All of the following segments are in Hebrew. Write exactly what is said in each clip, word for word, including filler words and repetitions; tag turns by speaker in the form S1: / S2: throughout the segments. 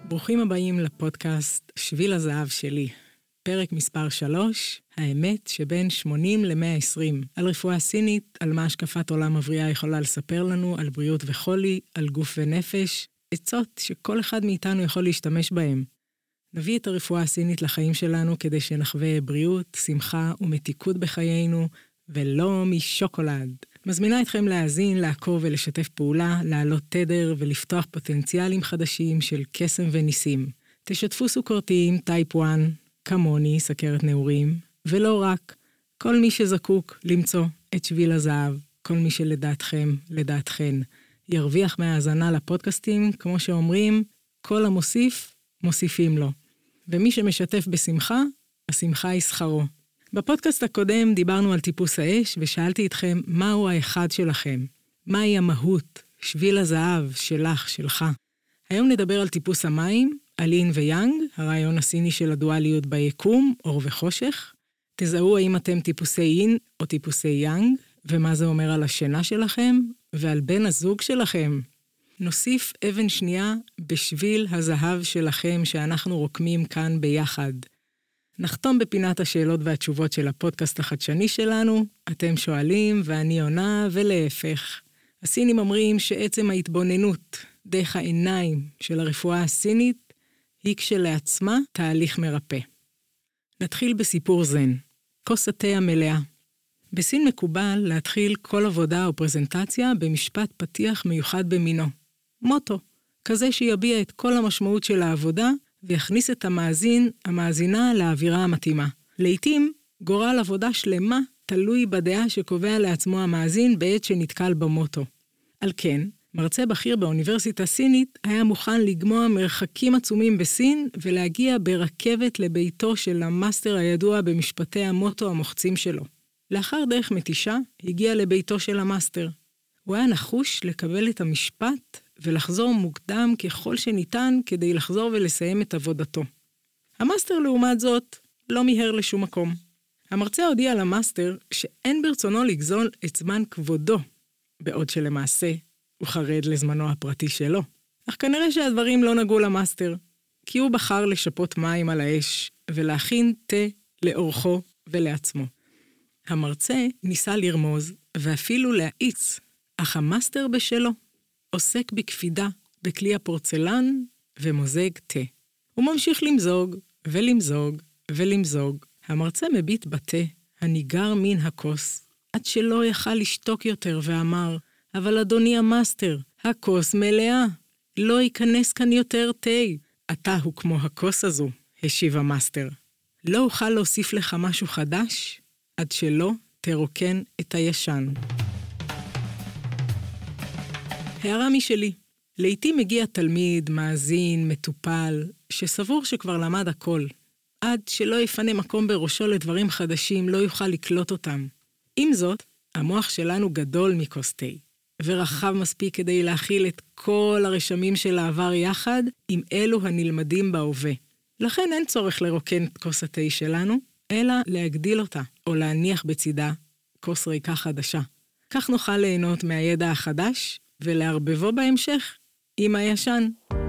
S1: ברוכים הבאים לפודקאסט שביל הזהב שלי. פרק מספר שלוש, האמת שבין שמונים ל-מאה ועשרים. על רפואה סינית, על מה השקפת עולם הבריאה יכולה לספר לנו, על בריאות וחולי, על גוף ונפש, עצות שכל אחד מאיתנו יכול להשתמש בהם. נביא את הרפואה הסינית לחיים שלנו כדי שנחווה בריאות, שמחה ומתיקות בחיינו, ולא משוקולד. מזמינה אתכם להאזין, לעקוב ולשתף פעולה, לעלות תדר ולפתוח פוטנציאלים חדשים של קסם וניסים. תשתפו סוכרתיים טייפ אחת, כמוני, סכרת נעורים, ולא רק, כל מי שזקוק למצוא את שביל הזהב, כל מי שלדעתכם, לדעתכן, ירוויח מהאזנה לפודקאסטים, כמו שאומרים, כל המוסיף, מוסיפים לו. ומי שמשתף בשמחה, השמחה היא שכרו. בפודקאסט הקודם דיברנו על טיפוס האש, ושאלתי אתכם מהו האחד שלכם, מהי המהות, שביל הזהב שלך, שלך. היום נדבר על טיפוס המים, על אין ויאנג, הרעיון הסיני של הדואליות ביקום, אור וחושך. תזהו האם אתם טיפוסי אין או טיפוסי יאנג, ומה זה אומר על השינה שלכם, ועל בן הזוג שלכם. נוסיף אבן שנייה בשביל הזהב שלכם שאנחנו רוקמים כאן ביחד. נחתום בפינת השאלות והתשובות של הפודקאסט החדשני שלנו, אתם שואלים ואני עונה ולהפך. הסינים אומרים שעצם ההתבוננות דרך העיניים של הרפואה הסינית היא כשלעצמה תהליך מרפא. נתחיל בסיפור זן, כוס התה המלאה. בסין מקובל להתחיל כל עבודה או פרזנטציה במשפט פתיח מיוחד במינו. מוטו, כזה שיביע את כל המשמעות של העבודה ויכניס את המאזין, המאזינה לאווירה המתאימה. לעתים, גורל עבודה שלמה תלוי בדעה שקובע לעצמו המאזין בעת שנתקל במוטו. על כן, מרצה בכיר באוניברסיטה סינית היה מוכן לגמוע מרחקים עצומים בסין ולהגיע ברכבת לביתו של המאסטר הידוע במשפטי המוטו המוחצים שלו. לאחר דרך מתישה, הגיע לביתו של המאסטר. הוא היה נחוש לקבל את המשפט ולחזור מוקדם ככל שניתן כדי לחזור ולסיים את עבודתו. המאסטר לעומת זאת לא מיהר לשום מקום. המרצה הודיע למאסטר שאין ברצונו לגזול את זמן כבודו, בעוד שלמעשה הוא חרד לזמנו הפרטי שלו. אך כנראה שהדברים לא נגעו למאסטר, כי הוא בחר לשפות מים על האש ולהכין תה לאורחו ולעצמו. המרצה ניסה לרמוז ואפילו להאיץ, אך המאסטר בשלו עוסק בקפידה בכלי הפורצלן ומוזג תה. הוא ממשיך למזוג ולמזוג ולמזוג. המרצה מביט בתה הניגר מן הכוס, עד שלא יכל לשתוק יותר ואמר, אבל אדוני המאסטר, הכוס מלאה, לא ייכנס כאן יותר תה. אתה הוא כמו הכוס הזו, השיב המאסטר. לא אוכל להוסיף לך משהו חדש, עד שלא תרוקן את הישן. הערה משלי, לעתים מגיע תלמיד, מאזין, מטופל, שסבור שכבר למד הכל, עד שלא יפנה מקום בראשו לדברים חדשים, לא יוכל לקלוט אותם. עם זאת, המוח שלנו גדול מכוס תה, ורחב מספיק כדי להכיל את כל הרשמים של העבר יחד עם אלו הנלמדים בהווה. לכן אין צורך לרוקן את כוס התה שלנו, אלא להגדיל אותה, או להניח בצידה כוס ריקה חדשה. כך נוכל ליהנות מהידע החדש, ולהרבבו בהמשך עם הישן.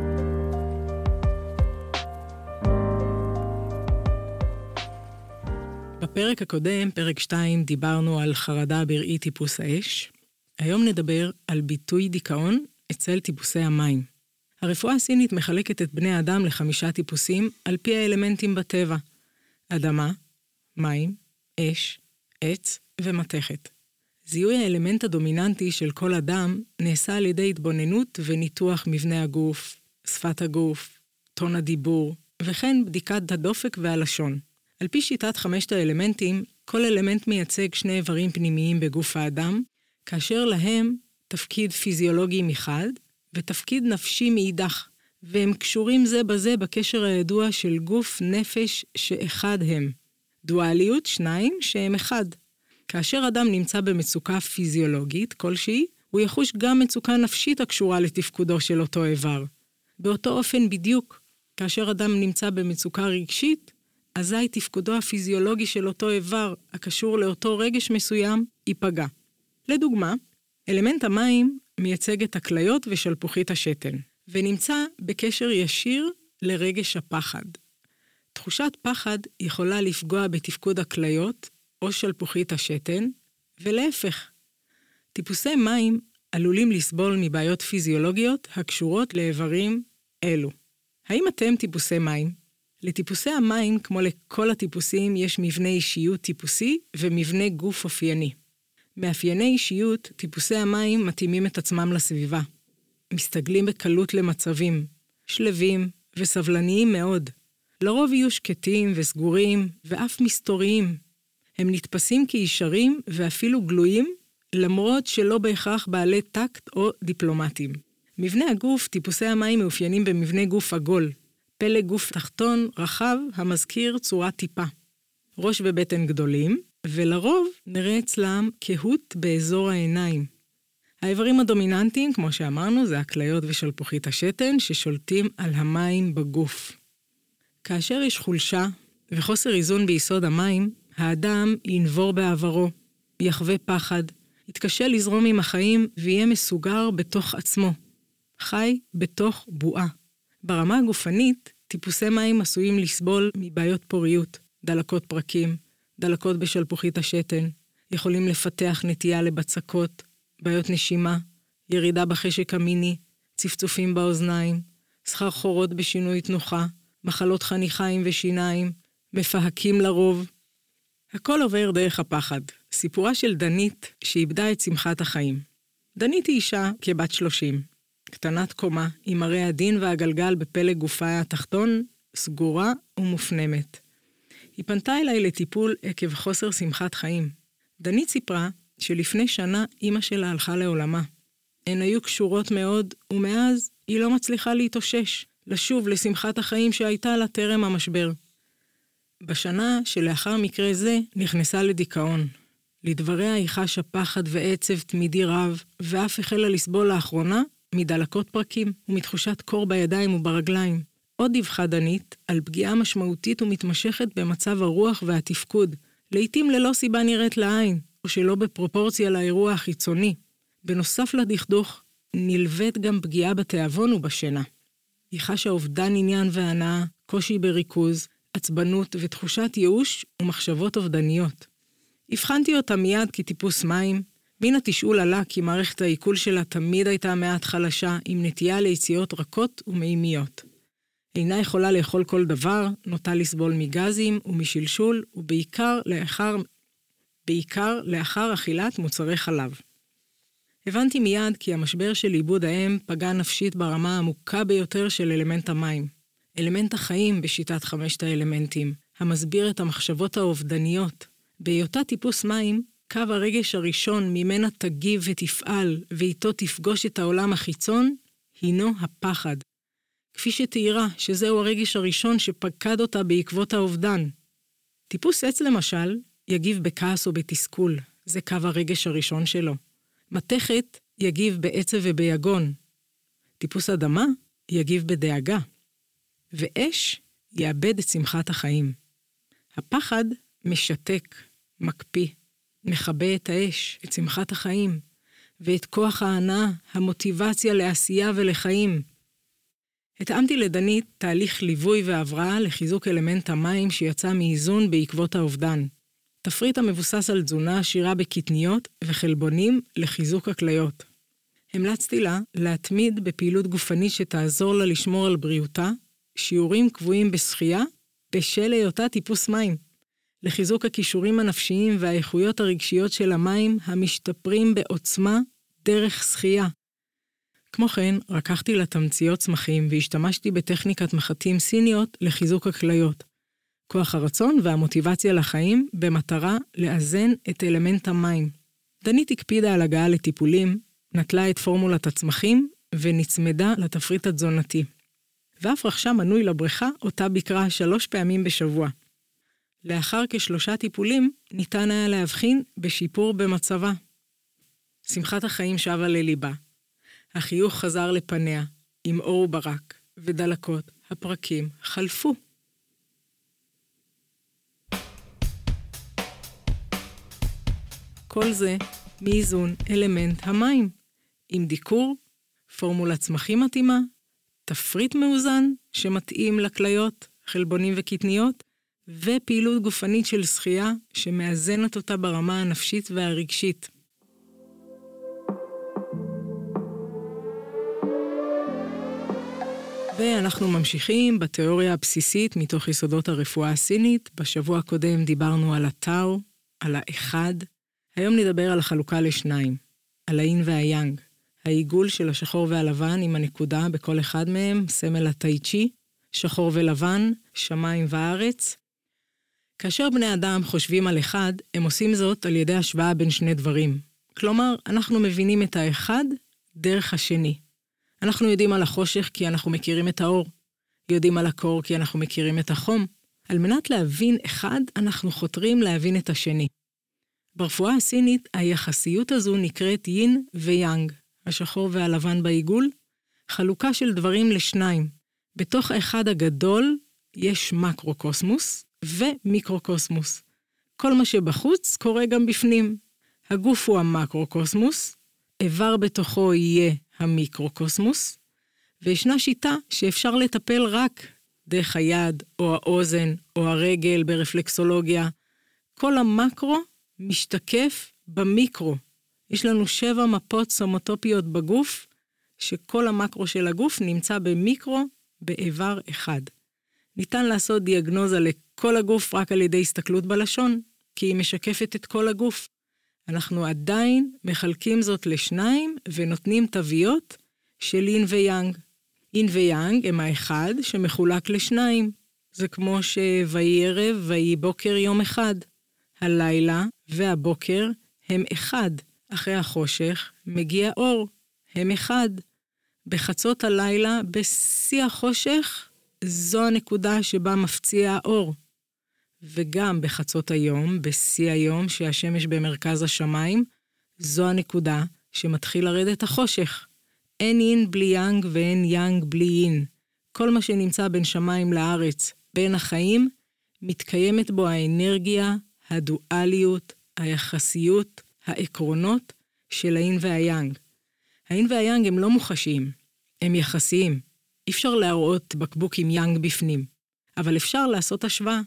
S1: בפרק הקודם, פרק שתיים, דיברנו על חרדה בראי טיפוס האש. היום נדבר על ביטוי דיכאון אצל טיפוסי המים. הרפואה הסינית מחלקת את בני האדם לחמישה טיפוסים על פי האלמנטים בטבע. אדמה, מים, אש, עץ ומתכת. זיהוי האלמנט הדומיננטי של כל אדם נעשה על ידי התבוננות וניתוח מבנה הגוף, שפת הגוף, טון הדיבור, וכן בדיקת הדופק והלשון. על פי שיטת חמשת האלמנטים, כל אלמנט מייצג שני איברים פנימיים בגוף האדם, כאשר להם תפקיד פיזיולוגי מחד ותפקיד נפשי מאידך, והם קשורים זה בזה בקשר הידוע של גוף נפש שאחד הם. דואליות שניים שהם אחד. כאשר אדם נמצא במצוקה פיזיולוגית כלשהי, הוא יחוש גם מצוקה נפשית הקשורה לתפקודו של אותו איבר. באותו אופן בדיוק, כאשר אדם נמצא במצוקה רגשית, אזי תפקודו הפיזיולוגי של אותו איבר הקשור לאותו רגש מסוים ייפגע. לדוגמה, אלמנט המים מייצג את הכליות ושלפוחית השתן, ונמצא בקשר ישיר לרגש הפחד. תחושת פחד יכולה לפגוע בתפקוד הכליות או שלפוחית השתן, ולהפך. טיפוסי מים עלולים לסבול מבעיות פיזיולוגיות הקשורות לאיברים אלו. האם אתם טיפוסי מים? לטיפוסי המים, כמו לכל הטיפוסים, יש מבנה אישיות טיפוסי ומבנה גוף אופייני. מאפייני אישיות, טיפוסי המים מתאימים את עצמם לסביבה. מסתגלים בקלות למצבים, שלווים וסבלניים מאוד. לרוב יהיו שקטים וסגורים ואף מסתוריים. הם נתפסים כישרים ואפילו גלויים, למרות שלא בהכרח בעלי טקט או דיפלומטים. מבנה הגוף, טיפוסי המים מאופיינים במבנה גוף עגול, פלג גוף תחתון רחב המזכיר צורת טיפה. ראש ובטן גדולים, ולרוב נראה אצלם כהות באזור העיניים. האיברים הדומיננטיים, כמו שאמרנו, זה הכליות ושלפוחית השתן ששולטים על המים בגוף. כאשר יש חולשה וחוסר איזון ביסוד המים, האדם ינבור בעברו, יחווה פחד, יתקשה לזרום עם החיים ויהיה מסוגר בתוך עצמו. חי בתוך בועה. ברמה הגופנית, טיפוסי מים עשויים לסבול מבעיות פוריות, דלקות פרקים, דלקות בשלפוחית השתן, יכולים לפתח נטייה לבצקות, בעיות נשימה, ירידה בחשק המיני, צפצופים באוזניים, סחרחורות בשינוי תנוחה, מחלות חניכיים ושיניים, מפהקים לרוב. הכל עובר דרך הפחד. סיפורה של דנית שאיבדה את שמחת החיים. דנית היא אישה כבת שלושים, קטנת קומה, עם מראה הדין והגלגל בפלג גופה התחתון, סגורה ומופנמת. היא פנתה אליי לטיפול עקב חוסר שמחת חיים. דנית סיפרה שלפני שנה אמא שלה הלכה לעולמה. הן היו קשורות מאוד, ומאז היא לא מצליחה להתאושש, לשוב לשמחת החיים שהייתה לה טרם המשבר. בשנה שלאחר מקרה זה נכנסה לדיכאון. לדבריה היא חשה פחד ועצב תמידי רב, ואף החלה לסבול לאחרונה מדלקות פרקים ומתחושת קור בידיים וברגליים. עוד דיווחה דנית על פגיעה משמעותית ומתמשכת במצב הרוח והתפקוד, לעתים ללא סיבה נראית לעין, או שלא בפרופורציה לאירוע החיצוני. בנוסף לדכדוך, נלווית גם פגיעה בתיאבון ובשינה. היא חשה אובדן עניין והנאה, קושי בריכוז, עצבנות ותחושת ייאוש ומחשבות אובדניות. הבחנתי אותה מיד כטיפוס מים, מן התשאול עלה כי מערכת העיכול שלה תמיד הייתה מעט חלשה, עם נטייה ליציאות רכות ומימיות. אינה יכולה לאכול כל דבר, נוטה לסבול מגזים ומשלשול, ובעיקר לאחר, בעיקר לאחר אכילת מוצרי חלב. הבנתי מיד כי המשבר של איבוד האם פגע נפשית ברמה העמוקה ביותר של אלמנט המים. אלמנט החיים בשיטת חמשת האלמנטים, המסביר את המחשבות האובדניות. בהיותה טיפוס מים, קו הרגש הראשון ממנה תגיב ותפעל, ואיתו תפגוש את העולם החיצון, הינו הפחד. כפי שתאירה שזהו הרגש הראשון שפקד אותה בעקבות האובדן. טיפוס עץ למשל, יגיב בכעס או בתסכול, זה קו הרגש הראשון שלו. מתכת יגיב בעצב וביגון. טיפוס אדמה יגיב בדאגה. ואש יאבד את שמחת החיים. הפחד משתק, מקפיא, מחבא את האש, את שמחת החיים, ואת כוח ההנאה, המוטיבציה לעשייה ולחיים. התאמתי לדנית תהליך ליווי והבראה לחיזוק אלמנט המים שיצא מאיזון בעקבות האובדן. תפריט המבוסס על תזונה עשירה בקטניות וחלבונים לחיזוק הכליות. המלצתי לה להתמיד בפעילות גופנית שתעזור לה לשמור על בריאותה, שיעורים קבועים בשחייה, בשל היותה טיפוס מים. לחיזוק הכישורים הנפשיים והאיכויות הרגשיות של המים המשתפרים בעוצמה דרך שחייה. כמו כן, רקחתי לתמציות צמחים והשתמשתי בטכניקת מחטים סיניות לחיזוק הכליות. כוח הרצון והמוטיבציה לחיים במטרה לאזן את אלמנט המים. דנית הקפידה על הגעה לטיפולים, נטלה את פורמולת הצמחים ונצמדה לתפריט התזונתי. ואף רכשה מנוי לבריכה אותה ביקרה שלוש פעמים בשבוע. לאחר כשלושה טיפולים ניתן היה להבחין בשיפור במצבה. שמחת החיים שבה לליבה. החיוך חזר לפניה, עם אור ברק, ודלקות, הפרקים חלפו. כל זה מאיזון אלמנט המים, עם דיקור, פורמולת צמחים מתאימה, תפריט מאוזן שמתאים לכליות, חלבונים וקטניות, ופעילות גופנית של שחייה שמאזנת אותה ברמה הנפשית והרגשית. ואנחנו ממשיכים בתיאוריה הבסיסית מתוך יסודות הרפואה הסינית. בשבוע הקודם דיברנו על הטאו, על האחד. היום נדבר על החלוקה לשניים, על האין והיאנג. העיגול של השחור והלבן עם הנקודה בכל אחד מהם, סמל הטאי צ'י, שחור ולבן, שמיים וארץ. כאשר בני אדם חושבים על אחד, הם עושים זאת על ידי השוואה בין שני דברים. כלומר, אנחנו מבינים את האחד דרך השני. אנחנו יודעים על החושך כי אנחנו מכירים את האור. יודעים על הקור כי אנחנו מכירים את החום. על מנת להבין אחד, אנחנו חותרים להבין את השני. ברפואה הסינית, היחסיות הזו נקראת יין ויאנג, השחור והלבן בעיגול, חלוקה של דברים לשניים. בתוך האחד הגדול יש מקרוקוסמוס ומיקרוקוסמוס. כל מה שבחוץ קורה גם בפנים. הגוף הוא המקרוקוסמוס, איבר בתוכו יהיה המיקרוקוסמוס, וישנה שיטה שאפשר לטפל רק דרך היד או האוזן או הרגל ברפלקסולוגיה. כל המקרו משתקף במיקרו. יש לנו שבע מפות סומטופיות בגוף, שכל המקרו של הגוף נמצא במיקרו באיבר אחד. ניתן לעשות דיאגנוזה לכל הגוף רק על ידי הסתכלות בלשון, כי היא משקפת את כל הגוף. אנחנו עדיין מחלקים זאת לשניים ונותנים תוויות של אין ויאנג. אין ויאנג הם האחד שמחולק לשניים. זה כמו שווי ערב ויהי בוקר יום אחד. הלילה והבוקר הם אחד. אחרי החושך מגיע אור. הם אחד. בחצות הלילה, בשיא החושך, זו הנקודה שבה מפציע האור. וגם בחצות היום, בשיא היום שהשמש במרכז השמיים, זו הנקודה שמתחיל לרדת החושך. אין אין בלי יאנג ואין יאנג בלי אין. כל מה שנמצא בין שמיים לארץ, בין החיים, מתקיימת בו האנרגיה, הדואליות, היחסיות, העקרונות של האין והיאנג. האין והיאנג הם לא מוחשיים, הם יחסיים. אפשר להראות בקבוק עם יאנג בפנים, אבל אפשר לעשות השוואה.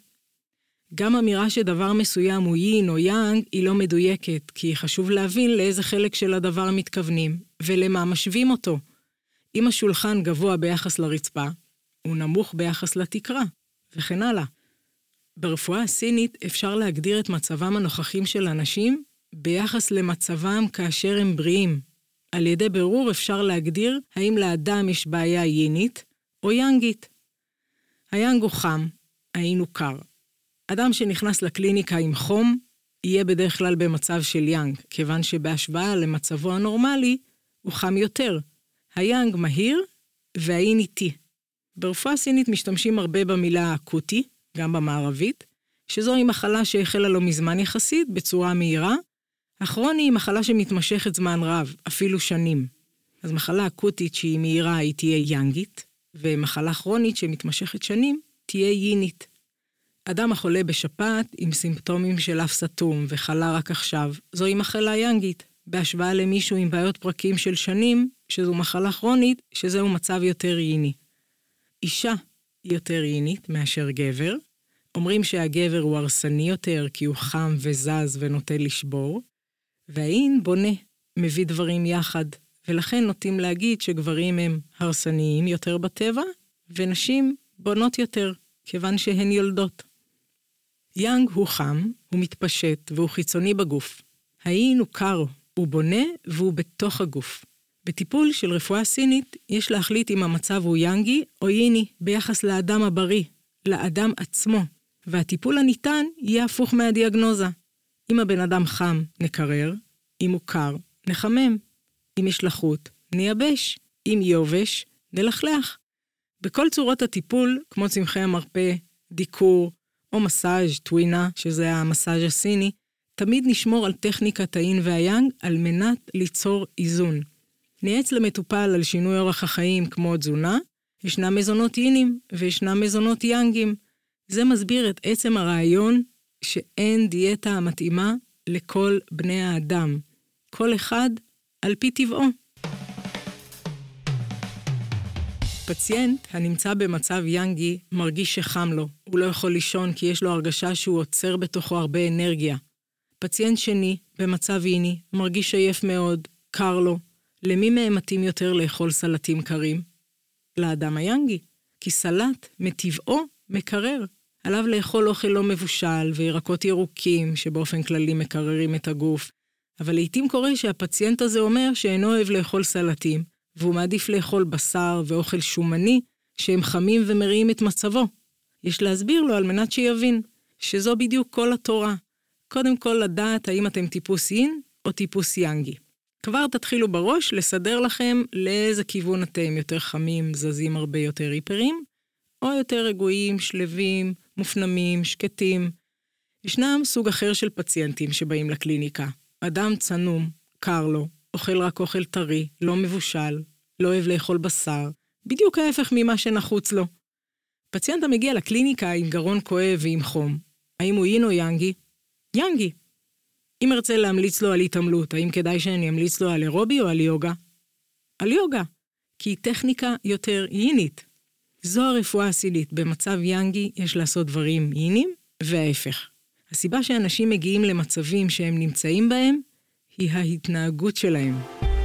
S1: גם אמירה שדבר מסוים הוא יין או יאנג היא לא מדויקת, כי חשוב להבין לאיזה חלק של הדבר מתכוונים, ולמה משווים אותו. אם השולחן גבוה ביחס לרצפה, הוא נמוך ביחס לתקרה, וכן הלאה. ברפואה הסינית אפשר להגדיר את מצבם הנוכחים של אנשים ביחס למצבם כאשר הם בריאים. על ידי ברור אפשר להגדיר האם לאדם יש בעיה יינית או יאנגית. היאנג הוא חם, האין הוא קר. אדם שנכנס לקליניקה עם חום, יהיה בדרך כלל במצב של יאנג, כיוון שבהשוואה למצבו הנורמלי, הוא חם יותר. היאנג מהיר והאין איטי. ברפואה סינית משתמשים הרבה במילה אקוטי, גם במערבית, שזוהי מחלה שהחלה לא מזמן יחסית, בצורה מהירה. הכרוני היא מחלה שמתמשכת זמן רב, אפילו שנים. אז מחלה אקוטית שהיא מהירה היא תהיה יאנגית, ומחלה כרונית שמתמשכת שנים תהיה יינית. אדם החולה בשפעת עם סימפטומים של אף סתום וחלה רק עכשיו, זוהי מחלה יאנגית, בהשוואה למישהו עם בעיות פרקים של שנים, שזו מחלה כרונית, שזהו מצב יותר ייני. אישה היא יותר יינית מאשר גבר. אומרים שהגבר הוא הרסני יותר כי הוא חם וזז ונוטה לשבור, והאין בונה, מביא דברים יחד, ולכן נוטים להגיד שגברים הם הרסניים יותר בטבע, ונשים בונות יותר, כיוון שהן יולדות. יאנג הוא חם, הוא מתפשט והוא חיצוני בגוף. האין הוא קר, הוא בונה והוא בתוך הגוף. בטיפול של רפואה סינית יש להחליט אם המצב הוא יאנגי או ייני ביחס לאדם הבריא, לאדם עצמו, והטיפול הניתן יהיה הפוך מהדיאגנוזה. אם הבן אדם חם, נקרר, אם הוא קר, נחמם, אם יש לחות, נייבש, אם יובש, נלכלך. בכל צורות הטיפול, כמו צמחי המרפא, דיקור או מסאז' טווינה, שזה המסאז' הסיני, תמיד נשמור על טכניקת האין והיאנג על מנת ליצור איזון. נייעץ למטופל על שינוי אורח החיים כמו תזונה, ישנם מזונות יינים וישנם מזונות יאנגים. זה מסביר את עצם הרעיון שאין דיאטה המתאימה לכל בני האדם. כל אחד על פי טבעו. פציינט הנמצא במצב יאנגי מרגיש שחם לו, הוא לא יכול לישון כי יש לו הרגשה שהוא עוצר בתוכו הרבה אנרגיה. פציינט שני, במצב איני, מרגיש עייף מאוד, קר לו. למי מהם מתאים יותר לאכול סלטים קרים? לאדם היאנגי, כי סלט מטבעו מקרר. עליו לאכול אוכל לא מבושל וירקות ירוקים שבאופן כללי מקררים את הגוף. אבל לעתים קורה שהפציינט הזה אומר שאינו אוהב לאכול סלטים, והוא מעדיף לאכול בשר ואוכל שומני שהם חמים ומריעים את מצבו. יש להסביר לו על מנת שיבין שזו בדיוק כל התורה. קודם כל לדעת האם אתם טיפוס יין או טיפוס יאנגי. כבר תתחילו בראש לסדר לכם לאיזה כיוון אתם, יותר חמים, זזים הרבה יותר היפרים, או יותר רגועים, שלווים, מופנמים, שקטים. ישנם סוג אחר של פציינטים שבאים לקליניקה. אדם צנום, קר לו, אוכל רק אוכל טרי, לא מבושל, לא אוהב לאכול בשר, בדיוק ההפך ממה שנחוץ לו. פציינט המגיע לקליניקה עם גרון כואב ועם חום. האם הוא יין או יאנגי? יאנגי. אם ארצה להמליץ לו על התעמלות, האם כדאי שאני אמליץ לו על אירובי או על יוגה? על יוגה, כי היא טכניקה יותר יינית. זו הרפואה הסינית. במצב יאנגי יש לעשות דברים יינים וההפך. הסיבה שאנשים מגיעים למצבים שהם נמצאים בהם, היא ההתנהגות שלהם.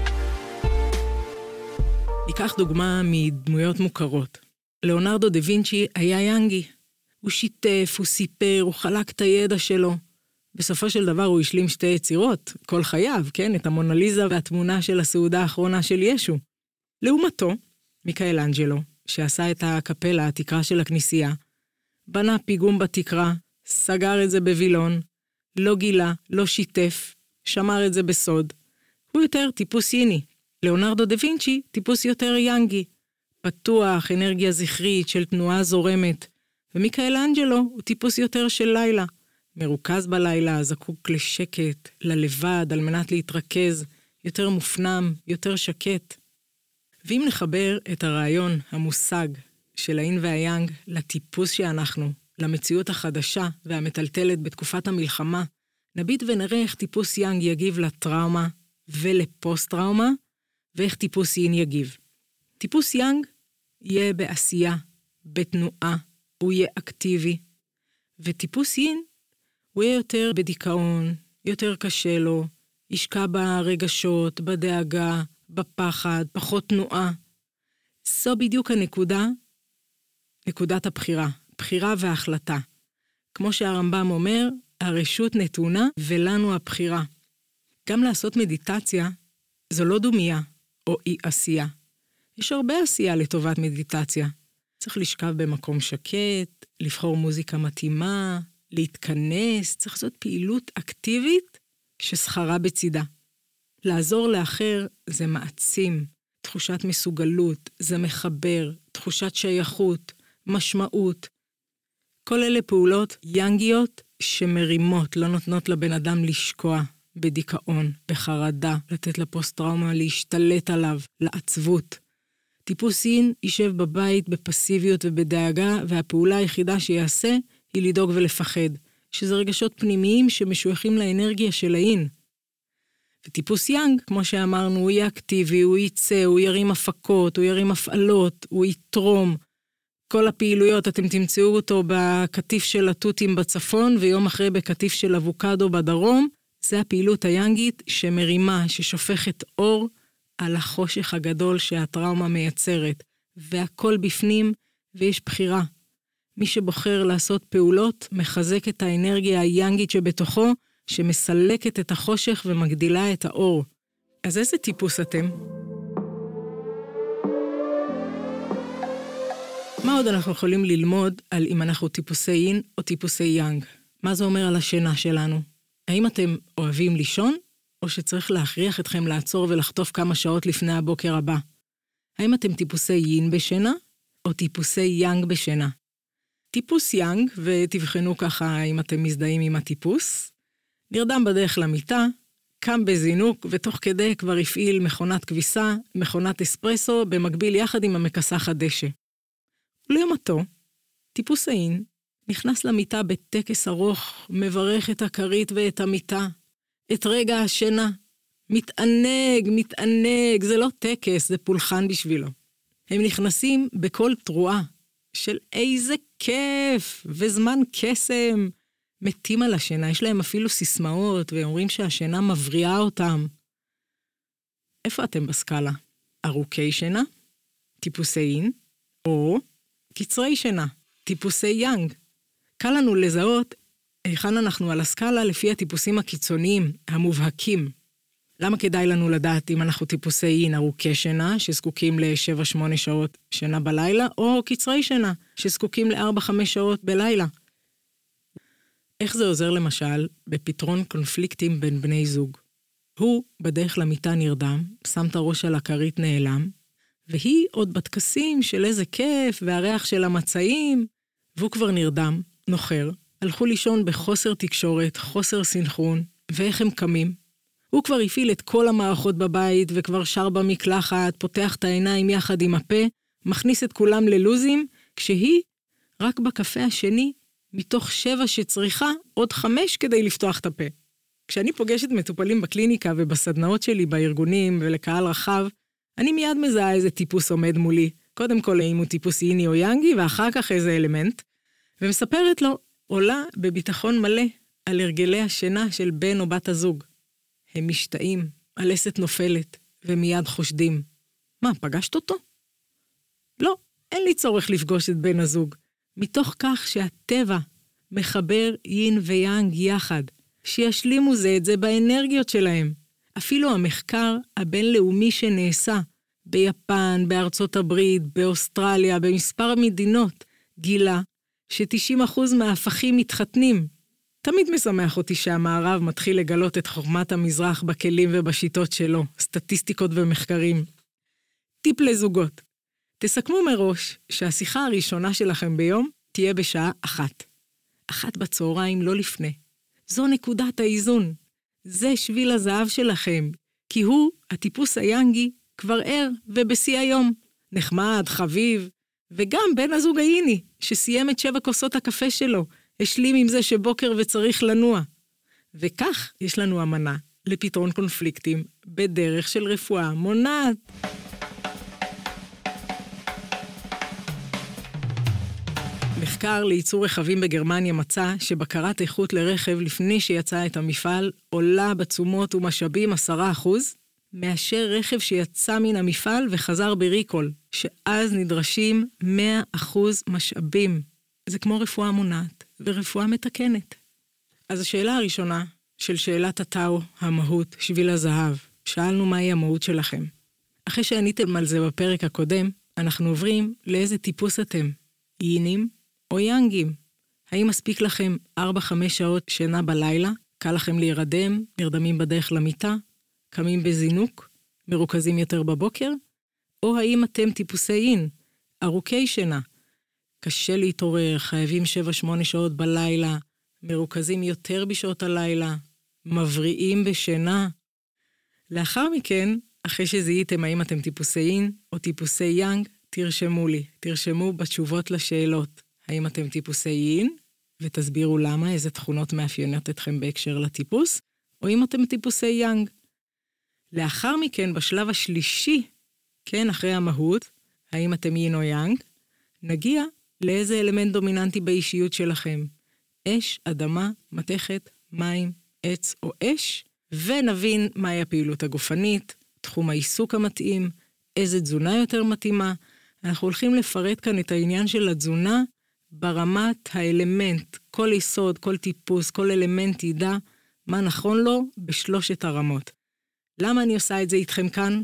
S1: ניקח דוגמה מדמויות מוכרות. ליאונרדו דה וינצ'י היה יאנגי. הוא שיתף, הוא סיפר, הוא חלק את הידע שלו. בסופו של דבר הוא השלים שתי יצירות, כל חייו, כן? את המונליזה והתמונה של הסעודה האחרונה של ישו. לעומתו, מיקאלנג'לו, שעשה את הקפלה, התקרה של הכנסייה, בנה פיגום בתקרה, סגר את זה בווילון, לא גילה, לא שיתף, שמר את זה בסוד. הוא יותר טיפוס ייני. ליאונרדו דה וינצ'י, טיפוס יותר יאנגי. פתוח, אנרגיה זכרית של תנועה זורמת. ומיקאלנג'לו הוא טיפוס יותר של לילה. מרוכז בלילה, זקוק לשקט, ללבד, על מנת להתרכז, יותר מופנם, יותר שקט. ואם נחבר את הרעיון, המושג של האין והיאנג לטיפוס שאנחנו, למציאות החדשה והמטלטלת בתקופת המלחמה, נביט ונראה איך טיפוס יאנג יגיב לטראומה ולפוסט-טראומה, ואיך טיפוס יין יגיב. טיפוס יאנג יהיה בעשייה, בתנועה, הוא יהיה אקטיבי, וטיפוס יין הוא יהיה יותר בדיכאון, יותר קשה לו, ישקע ברגשות, בדאגה, בפחד, פחות תנועה. זו בדיוק הנקודה, נקודת הבחירה, בחירה והחלטה. כמו שהרמב"ם אומר, הרשות נתונה ולנו הבחירה. גם לעשות מדיטציה זו לא דומיה או אי עשייה. יש הרבה עשייה לטובת מדיטציה. צריך לשכב במקום שקט, לבחור מוזיקה מתאימה, להתכנס, צריך לעשות פעילות אקטיבית ששכרה בצידה. לעזור לאחר זה מעצים, תחושת מסוגלות, זה מחבר, תחושת שייכות, משמעות. כל אלה פעולות יאנגיות שמרימות, לא נותנות לבן אדם לשקוע בדיכאון, בחרדה, לתת לפוסט-טראומה להשתלט עליו, לעצבות. טיפוס יין יישב בבית בפסיביות ובדאגה, והפעולה היחידה שיעשה היא לדאוג ולפחד, שזה רגשות פנימיים שמשויכים לאנרגיה של היין. וטיפוס יאנג, כמו שאמרנו, הוא יהיה אקטיבי, הוא ייצא, הוא ירים הפקות, הוא ירים הפעלות, הוא יתרום. כל הפעילויות, אתם תמצאו אותו בקטיף של התותים בצפון, ויום אחרי בקטיף של אבוקדו בדרום. זה הפעילות היאנגית שמרימה, ששופכת אור על החושך הגדול שהטראומה מייצרת. והכל בפנים, ויש בחירה. מי שבוחר לעשות פעולות, מחזק את האנרגיה היאנגית שבתוכו, שמסלקת את החושך ומגדילה את האור. אז איזה טיפוס אתם? מה עוד אנחנו יכולים ללמוד על אם אנחנו טיפוסי יין או טיפוסי יאנג? מה זה אומר על השינה שלנו? האם אתם אוהבים לישון, או שצריך להכריח אתכם לעצור ולחטוף כמה שעות לפני הבוקר הבא? האם אתם טיפוסי יין בשינה, או טיפוסי יאנג בשינה? טיפוס יאנג, ותבחנו ככה אם אתם מזדהים עם הטיפוס, נרדם בדרך למיטה, קם בזינוק, ותוך כדי כבר הפעיל מכונת כביסה, מכונת אספרסו, במקביל יחד עם המכסח הדשא. ולעומתו, טיפוס היין נכנס למיטה בטקס ארוך, מברך את הכרית ואת המיטה, את רגע השינה, מתענג, מתענג, זה לא טקס, זה פולחן בשבילו. הם נכנסים בכל תרועה של איזה כיף וזמן קסם. מתים על השינה, יש להם אפילו סיסמאות, והם אומרים שהשינה מבריאה אותם. איפה אתם בסקאלה? ארוכי שינה, טיפוסי אין, או קצרי שינה, טיפוסי יאנג. קל לנו לזהות היכן אנחנו על הסקאלה לפי הטיפוסים הקיצוניים, המובהקים. למה כדאי לנו לדעת אם אנחנו טיפוסי אין ארוכי שינה, שזקוקים ל-שבע שמונה שעות שינה בלילה, או קצרי שינה, שזקוקים ל-ארבע חמש שעות בלילה? איך זה עוזר למשל בפתרון קונפליקטים בין בני זוג? הוא בדרך למיטה נרדם, שם את הראש על הכרית נעלם, והיא עוד בטקסים של איזה כיף והריח של המצעים, והוא כבר נרדם, נוחר, הלכו לישון בחוסר תקשורת, חוסר סינכרון, ואיך הם קמים? הוא כבר הפעיל את כל המערכות בבית, וכבר שר במקלחת, פותח את העיניים יחד עם הפה, מכניס את כולם ללוזים, כשהיא רק בקפה השני, מתוך שבע שצריכה עוד חמש כדי לפתוח את הפה. כשאני פוגשת מטופלים בקליניקה ובסדנאות שלי בארגונים ולקהל רחב, אני מיד מזהה איזה טיפוס עומד מולי. קודם כל אם הוא טיפוס איני או יאנגי, ואחר כך איזה אלמנט, ומספרת לו, עולה בביטחון מלא על הרגלי השינה של בן או בת הזוג. הם משתאים, הלסת נופלת, ומיד חושדים. מה, פגשת אותו? לא, אין לי צורך לפגוש את בן הזוג. מתוך כך שהטבע מחבר יין ויאנג יחד, שישלימו זה את זה באנרגיות שלהם. אפילו המחקר הבינלאומי שנעשה ביפן, בארצות הברית, באוסטרליה, במספר מדינות, גילה ש-תשעים אחוז מההפכים מתחתנים. תמיד משמח אותי שהמערב מתחיל לגלות את חוכמת המזרח בכלים ובשיטות שלו, סטטיסטיקות ומחקרים. טיפ לזוגות. תסכמו מראש שהשיחה הראשונה שלכם ביום תהיה בשעה אחת. אחת בצהריים, לא לפני. זו נקודת האיזון. זה שביל הזהב שלכם, כי הוא, הטיפוס היאנגי, כבר ער ובשיא היום. נחמד, חביב, וגם בן הזוג האיני, שסיים את שבע כוסות הקפה שלו, השלים עם זה שבוקר וצריך לנוע. וכך יש לנו אמנה לפתרון קונפליקטים בדרך של רפואה מונעת. מחקר לייצור רכבים בגרמניה מצא שבקרת איכות לרכב לפני שיצא את המפעל עולה בתשומות ומשאבים עשרה אחוז, מאשר רכב שיצא מן המפעל וחזר בריקול, שאז נדרשים מאה אחוז משאבים. זה כמו רפואה מונעת ורפואה מתקנת. אז השאלה הראשונה של שאלת הטאו, המהות, שביל הזהב, שאלנו מהי המהות שלכם. אחרי שעניתם על זה בפרק הקודם, אנחנו עוברים לאיזה טיפוס אתם, אינים או יאנגים. האם מספיק לכם ארבע חמש שעות שינה בלילה, קל לכם להירדם, נרדמים בדרך למיטה, קמים בזינוק, מרוכזים יותר בבוקר, או האם אתם טיפוסי אין, ארוכי שינה, קשה להתעורר, חייבים שבע שמונה שעות בלילה, מרוכזים יותר בשעות הלילה, מבריאים בשינה. לאחר מכן, אחרי שזיהיתם האם אתם טיפוסי אין או טיפוסי יאנג, תרשמו לי, תרשמו בתשובות לשאלות. האם אתם טיפוסי אין, ותסבירו למה, איזה תכונות מאפיינות אתכם בהקשר לטיפוס, או אם אתם טיפוסי יאנג. לאחר מכן, בשלב השלישי, כן, אחרי המהות, האם אתם אין או יאנג, נגיע לאיזה אלמנט דומיננטי באישיות שלכם. אש, אדמה, מתכת, מים, עץ או אש, ונבין מהי הפעילות הגופנית, תחום העיסוק המתאים, איזה תזונה יותר מתאימה. אנחנו הולכים לפרט כאן את העניין של התזונה ברמת האלמנט, כל יסוד, כל טיפוס, כל אלמנט ידע מה נכון לו בשלושת הרמות. למה אני עושה את זה איתכם כאן?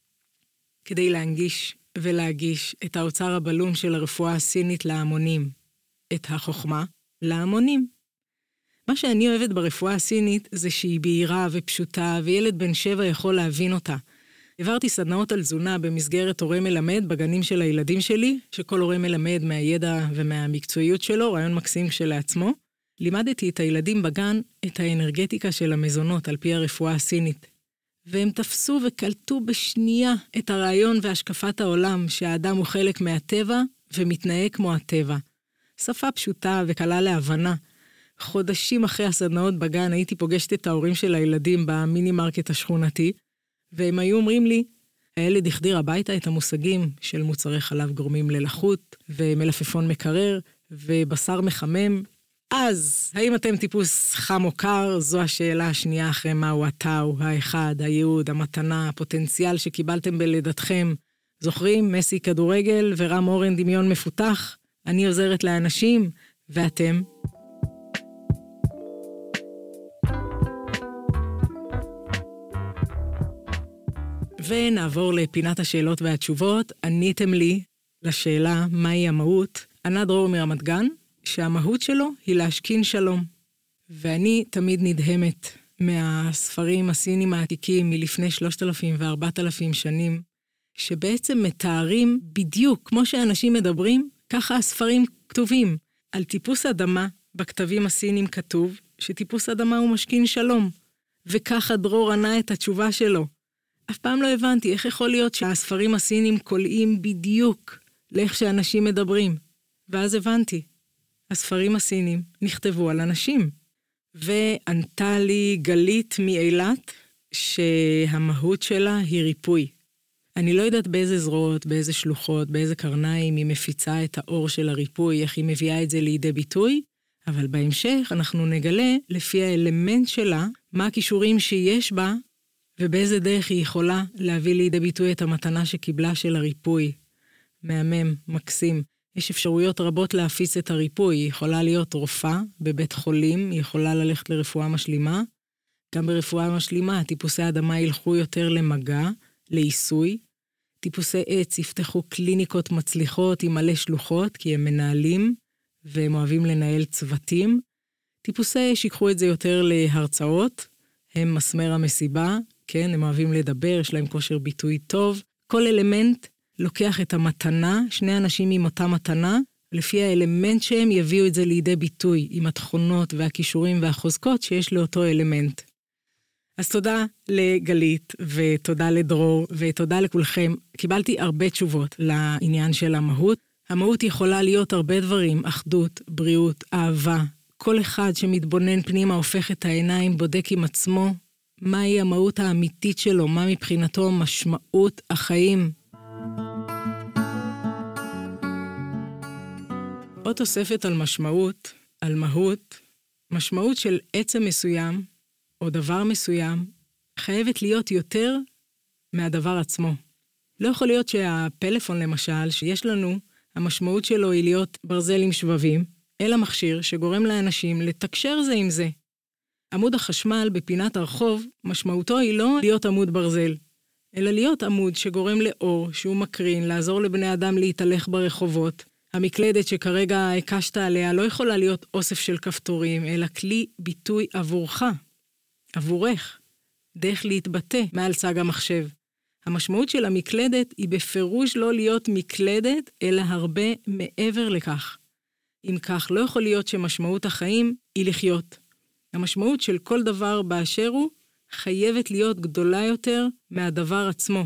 S1: כדי להנגיש ולהגיש את האוצר הבלום של הרפואה הסינית להמונים, את החוכמה להמונים. מה שאני אוהבת ברפואה הסינית זה שהיא בהירה ופשוטה, וילד בן שבע יכול להבין אותה. העברתי סדנאות על תזונה במסגרת הורה מלמד בגנים של הילדים שלי, שכל הורה מלמד מהידע ומהמקצועיות שלו, רעיון מקסים כשלעצמו. לימדתי את הילדים בגן את האנרגטיקה של המזונות על פי הרפואה הסינית. והם תפסו וקלטו בשנייה את הרעיון והשקפת העולם שהאדם הוא חלק מהטבע ומתנהג כמו הטבע. שפה פשוטה וקלה להבנה. חודשים אחרי הסדנאות בגן הייתי פוגשת את ההורים של הילדים במיני מרקט השכונתי, והם היו אומרים לי, הילד החדיר הביתה את המושגים של מוצרי חלב גורמים ללחות, ומלפפון מקרר, ובשר מחמם. אז, האם אתם טיפוס חם או קר? זו השאלה השנייה אחרי מהו הטאו, האחד, הייעוד, המתנה, הפוטנציאל שקיבלתם בלידתכם. זוכרים? מסי כדורגל ורם אורן דמיון מפותח. אני עוזרת לאנשים, ואתם? ונעבור לפינת השאלות והתשובות. עניתם לי לשאלה מהי המהות. ענה דרור מרמת גן, שהמהות שלו היא להשכין שלום. ואני תמיד נדהמת מהספרים הסינים העתיקים מלפני שלושת אלפים וארבעת אלפים שנים, שבעצם מתארים בדיוק כמו שאנשים מדברים, ככה הספרים כתובים. על טיפוס אדמה בכתבים הסינים כתוב שטיפוס אדמה הוא משכין שלום, וככה דרור ענה את התשובה שלו. אף פעם לא הבנתי איך יכול להיות שהספרים הסינים קולעים בדיוק לאיך שאנשים מדברים. ואז הבנתי, הספרים הסינים נכתבו על אנשים. וענתה לי גלית מאילת שהמהות שלה היא ריפוי. אני לא יודעת באיזה זרועות, באיזה שלוחות, באיזה קרניים היא מפיצה את האור של הריפוי, איך היא מביאה את זה לידי ביטוי, אבל בהמשך אנחנו נגלה לפי האלמנט שלה מה הכישורים שיש בה, ובאיזה דרך היא יכולה להביא לידי ביטוי את המתנה שקיבלה של הריפוי. מהמם, מקסים. יש אפשרויות רבות להפיץ את הריפוי. היא יכולה להיות רופאה בבית חולים, היא יכולה ללכת לרפואה משלימה. גם ברפואה משלימה, טיפוסי אדמה ילכו יותר למגע, לעיסוי. טיפוסי עץ יפתחו קליניקות מצליחות עם מלא שלוחות, כי הם מנהלים והם אוהבים לנהל צוותים. טיפוסי אש ייקחו את זה יותר להרצאות, הם מסמר המסיבה, כן, הם אוהבים לדבר, יש להם כושר ביטוי טוב. כל אלמנט לוקח את המתנה, שני אנשים עם אותה מתנה, לפי האלמנט שהם יביאו את זה לידי ביטוי, עם התכונות והכישורים והחוזקות שיש לאותו אלמנט. אז תודה לגלית, ותודה לדרור, ותודה לכולכם. קיבלתי הרבה תשובות לעניין של המהות. המהות יכולה להיות הרבה דברים, אחדות, בריאות, אהבה. כל אחד שמתבונן פנימה הופך את העיניים, בודק עם עצמו, מהי המהות האמיתית שלו, מה מבחינתו משמעות החיים. עוד תוספת על משמעות, על מהות, משמעות של עצם מסוים, או דבר מסוים, חייבת להיות יותר מהדבר עצמו. לא יכול להיות שהפלאפון למשל, שיש לנו, המשמעות שלו היא להיות ברזל עם שבבים, אלא מכשיר שגורם לאנשים לתקשר זה עם זה. עמוד החשמל בפינת הרחוב, משמעותו היא לא להיות עמוד ברזל, אלא להיות עמוד שגורם לאור, שהוא מקרין, לעזור לבני אדם להתהלך ברחובות. המקלדת שכרגע הקשת עליה לא יכולה להיות אוסף של כפתורים, אלא כלי ביטוי עבורך, עבורך, דרך להתבטא מעל צג המחשב. המשמעות של המקלדת היא בפירוש לא להיות מקלדת, אלא הרבה מעבר לכך. אם כך, לא יכול להיות שמשמעות החיים היא לחיות. המשמעות של כל דבר באשר הוא חייבת להיות גדולה יותר מהדבר עצמו.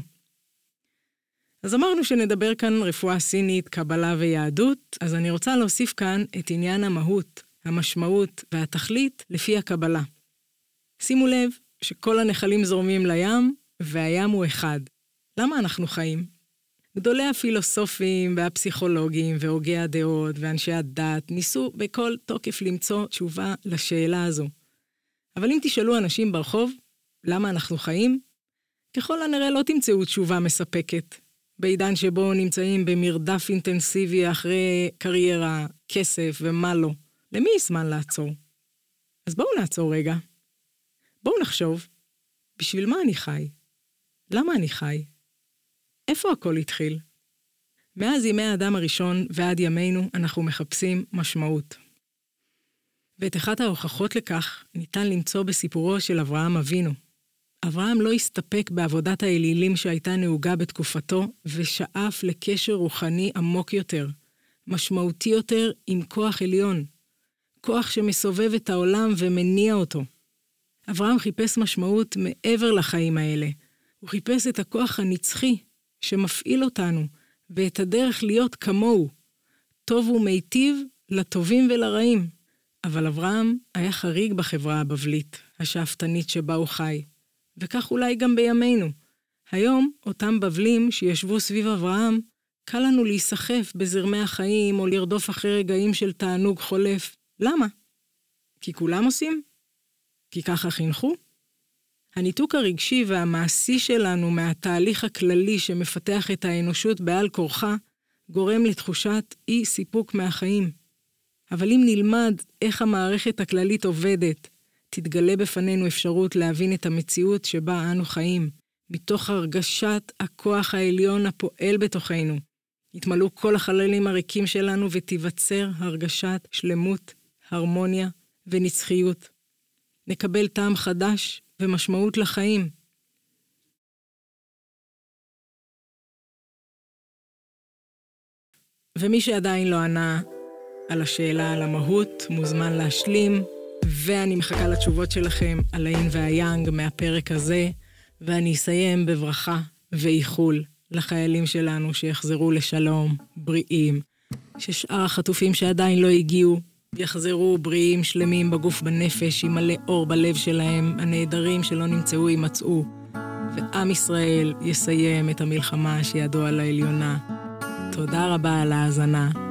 S1: אז אמרנו שנדבר כאן רפואה סינית, קבלה ויהדות, אז אני רוצה להוסיף כאן את עניין המהות, המשמעות והתכלית לפי הקבלה. שימו לב שכל הנחלים זורמים לים, והים הוא אחד. למה אנחנו חיים? גדולי הפילוסופים והפסיכולוגים והוגי הדעות ואנשי הדת ניסו בכל תוקף למצוא תשובה לשאלה הזו. אבל אם תשאלו אנשים ברחוב, למה אנחנו חיים? ככל הנראה לא תמצאו תשובה מספקת. בעידן שבו נמצאים במרדף אינטנסיבי אחרי קריירה, כסף ומה לא. למי יש זמן לעצור? אז בואו נעצור רגע. בואו נחשוב, בשביל מה אני חי? למה אני חי? איפה הכל התחיל? מאז ימי האדם הראשון ועד ימינו אנחנו מחפשים משמעות. ואת אחת ההוכחות לכך ניתן למצוא בסיפורו של אברהם אבינו. אברהם לא הסתפק בעבודת האלילים שהייתה נהוגה בתקופתו, ושאף לקשר רוחני עמוק יותר, משמעותי יותר עם כוח עליון, כוח שמסובב את העולם ומניע אותו. אברהם חיפש משמעות מעבר לחיים האלה. הוא חיפש את הכוח הנצחי שמפעיל אותנו, ואת הדרך להיות כמוהו, טוב ומיטיב לטובים ולרעים. אבל אברהם היה חריג בחברה הבבלית, השאפתנית שבה הוא חי. וכך אולי גם בימינו. היום, אותם בבלים שישבו סביב אברהם, קל לנו להיסחף בזרמי החיים או לרדוף אחרי רגעים של תענוג חולף. למה? כי כולם עושים? כי ככה חינכו? הניתוק הרגשי והמעשי שלנו מהתהליך הכללי שמפתח את האנושות בעל כורחה, גורם לתחושת אי סיפוק מהחיים. אבל אם נלמד איך המערכת הכללית עובדת, תתגלה בפנינו אפשרות להבין את המציאות שבה אנו חיים, מתוך הרגשת הכוח העליון הפועל בתוכנו. יתמלאו כל החללים הריקים שלנו ותיווצר הרגשת שלמות, הרמוניה ונצחיות. נקבל טעם חדש ומשמעות לחיים. ומי שעדיין לא ענה על השאלה על המהות, מוזמן להשלים, ואני מחכה לתשובות שלכם על האין והיאנג מהפרק הזה, ואני אסיים בברכה ואיחול לחיילים שלנו שיחזרו לשלום, בריאים, ששאר החטופים שעדיין לא הגיעו, יחזרו בריאים, שלמים בגוף בנפש, עם מלא אור בלב שלהם, הנהדרים שלא נמצאו יימצאו, ועם ישראל יסיים את המלחמה שידוע לעליונה. תודה רבה על ההאזנה.